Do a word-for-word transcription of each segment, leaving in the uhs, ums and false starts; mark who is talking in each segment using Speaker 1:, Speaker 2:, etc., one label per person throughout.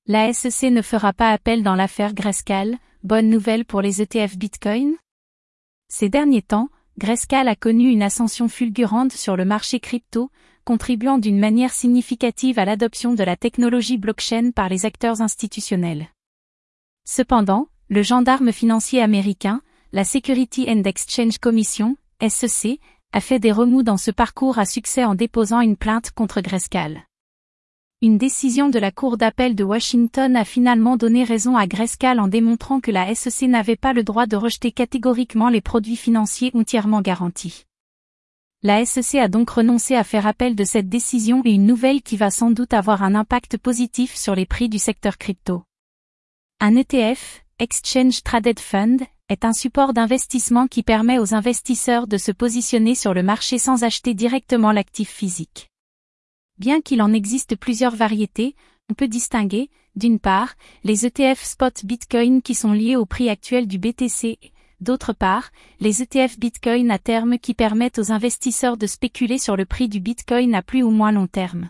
Speaker 1: La S E C ne fera pas appel dans l'affaire Grayscale, bonne nouvelle pour les E T F Bitcoin? Ces derniers temps, Grayscale a connu une ascension fulgurante sur le marché crypto, contribuant d'une manière significative à l'adoption de la technologie blockchain par les acteurs institutionnels. Cependant, le gendarme financier américain, la Security and Exchange Commission, S E C, a fait des remous dans ce parcours à succès en déposant une plainte contre Grayscale. Une décision de la Cour d'appel de Washington a finalement donné raison à Grayscale en démontrant que la S E C n'avait pas le droit de rejeter catégoriquement les produits financiers entièrement garantis. La S E C a donc renoncé à faire appel de cette décision et une nouvelle qui va sans doute avoir un impact positif sur les prix du secteur crypto. Un E T F, Exchange Traded Fund, est un support d'investissement qui permet aux investisseurs de se positionner sur le marché sans acheter directement l'actif physique. Bien qu'il en existe plusieurs variétés, on peut distinguer, d'une part, les E T F spot Bitcoin qui sont liés au prix actuel du B T C, et, d'autre part, les E T F Bitcoin à terme qui permettent aux investisseurs de spéculer sur le prix du Bitcoin à plus ou moins long terme.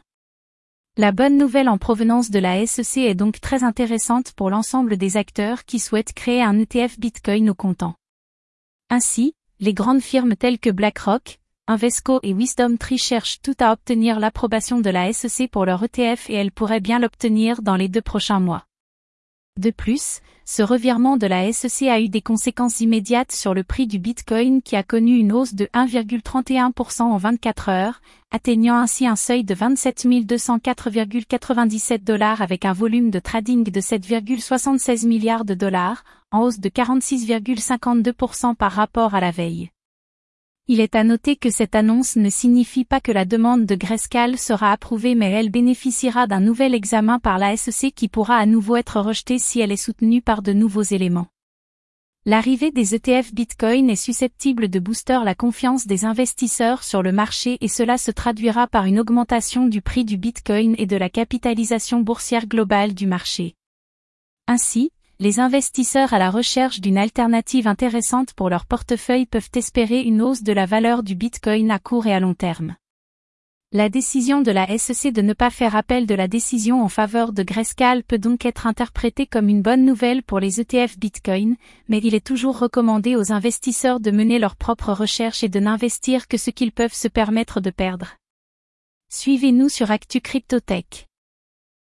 Speaker 1: La bonne nouvelle en provenance de la S E C est donc très intéressante pour l'ensemble des acteurs qui souhaitent créer un E T F Bitcoin au comptant. Ainsi, les grandes firmes telles que BlackRock, Invesco et WisdomTree cherchent tout à obtenir l'approbation de la S E C pour leur E T F et elles pourraient bien l'obtenir dans les deux prochains mois. De plus, ce revirement de la S E C a eu des conséquences immédiates sur le prix du Bitcoin qui a connu une hausse de un virgule trente et un pour cent en vingt-quatre heures, atteignant ainsi un seuil de vingt-sept mille deux cent quatre virgule quatre-vingt-dix-sept dollars avec un volume de trading de sept virgule soixante-seize milliards de dollars, en hausse de quarante-six virgule cinquante-deux pour cent par rapport à la veille. Il est à noter que cette annonce ne signifie pas que la demande de Grayscale sera approuvée mais elle bénéficiera d'un nouvel examen par la S E C qui pourra à nouveau être rejetée si elle est soutenue par de nouveaux éléments. L'arrivée des E T F Bitcoin est susceptible de booster la confiance des investisseurs sur le marché et cela se traduira par une augmentation du prix du Bitcoin et de la capitalisation boursière globale du marché. Ainsi, les investisseurs à la recherche d'une alternative intéressante pour leur portefeuille peuvent espérer une hausse de la valeur du Bitcoin à court et à long terme. La décision de la S E C de ne pas faire appel de la décision en faveur de Grayscale peut donc être interprétée comme une bonne nouvelle pour les E T F Bitcoin, mais il est toujours recommandé aux investisseurs de mener leurs propres recherches et de n'investir que ce qu'ils peuvent se permettre de perdre. Suivez-nous sur Actu Cryptotech.